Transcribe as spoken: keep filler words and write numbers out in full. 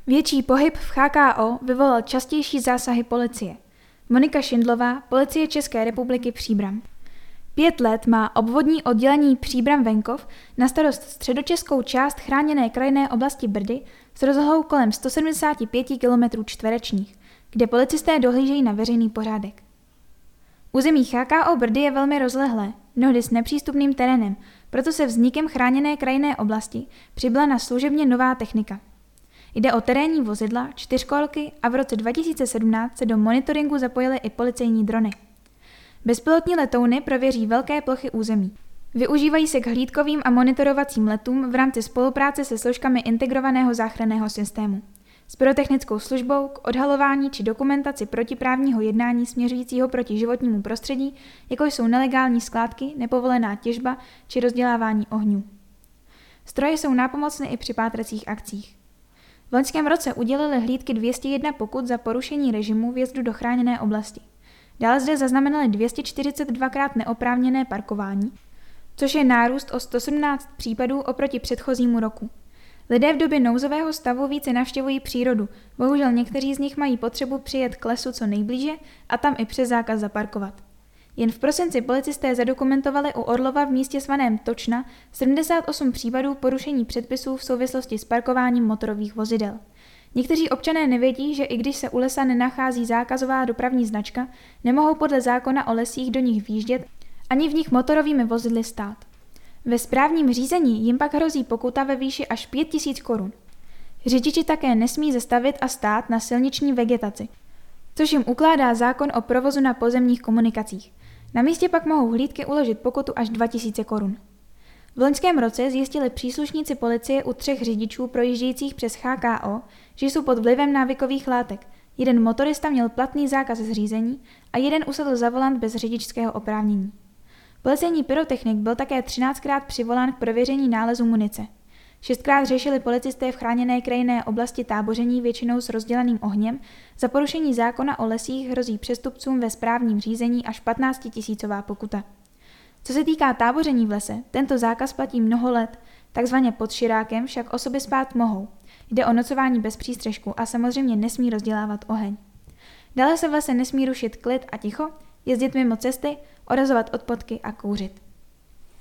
Větší pohyb v H K O vyvolal častější zásahy policie. Monika Šindlová, Policie České republiky Příbram. Pět let má obvodní oddělení Příbram-Venkov na starost středočeskou část chráněné krajinné oblasti Brdy s rozlohou kolem sto sedmdesát pět kilometrů čtverečních, kde policisté dohlížejí na veřejný pořádek. Území H K O Brdy je velmi rozlehlé, mnohdy s nepřístupným terénem, proto se vznikem chráněné krajinné oblasti přibyla na služebně nová technika. Jde o terénní vozidla, čtyřkolky a v roce dva tisíce sedmnáct se do monitoringu zapojily i policejní drony. Bezpilotní letouny prověří velké plochy území. Využívají se k hlídkovým a monitorovacím letům v rámci spolupráce se složkami integrovaného záchranného systému, s pyrotechnickou službou k odhalování či dokumentaci protiprávního jednání směřujícího proti životnímu prostředí, jako jsou nelegální skládky, nepovolená těžba či rozdělávání ohňů. Stroje jsou nápomocné i při pátracích akcích. V loňském roce udělily hlídky dvě stě jedna pokut za porušení režimu vjezdu do chráněné oblasti. Dále zde zaznamenali dvě stě čtyřicet dvakrát neoprávněné parkování, což je nárůst o sto sedmnáct případů oproti předchozímu roku. Lidé v době nouzového stavu více navštěvují přírodu, bohužel někteří z nich mají potřebu přijet k lesu co nejblíže a tam i přes zákaz zaparkovat. Jen v prosinci policisté zadokumentovali u Orlova v místě zvaném Točna sedmdesát osm případů porušení předpisů v souvislosti s parkováním motorových vozidel. Někteří občané nevědí, že i když se u lesa nenachází zákazová dopravní značka, nemohou podle zákona o lesích do nich vjíždět ani v nich motorovými vozidly stát. Ve správním řízení jim pak hrozí pokuta ve výši až pět tisíc korun. Řidiči také nesmí zastavit a stát na silniční vegetaci, což jim ukládá zákon o provozu na pozemních komunikacích. Na místě pak mohou hlídky uložit pokutu až dva tisíce korun. V loňském roce zjistili příslušníci policie u třech řidičů projíždějících přes H K O, že jsou pod vlivem návykových látek. Jeden motorista měl platný zákaz řízení a jeden usedl za volant bez řidičského oprávnění. Policejní pyrotechnik byl také třináctkrát přivolán k prověření nálezu munice. Šestkrát řešili policisté v chráněné krajinné oblasti táboření většinou s rozdělaným ohněm, za porušení zákona o lesích hrozí přestupcům ve správním řízení až patnáctitisícová pokuta. Co se týká táboření v lese, tento zákaz platí mnoho let, takzvaně pod širákem však osoby spát mohou. Jde o nocování bez přístřešku a samozřejmě nesmí rozdělávat oheň. Dále se v lese nesmí rušit klid a ticho, jezdit mimo cesty, odrazovat odpadky a kouřit.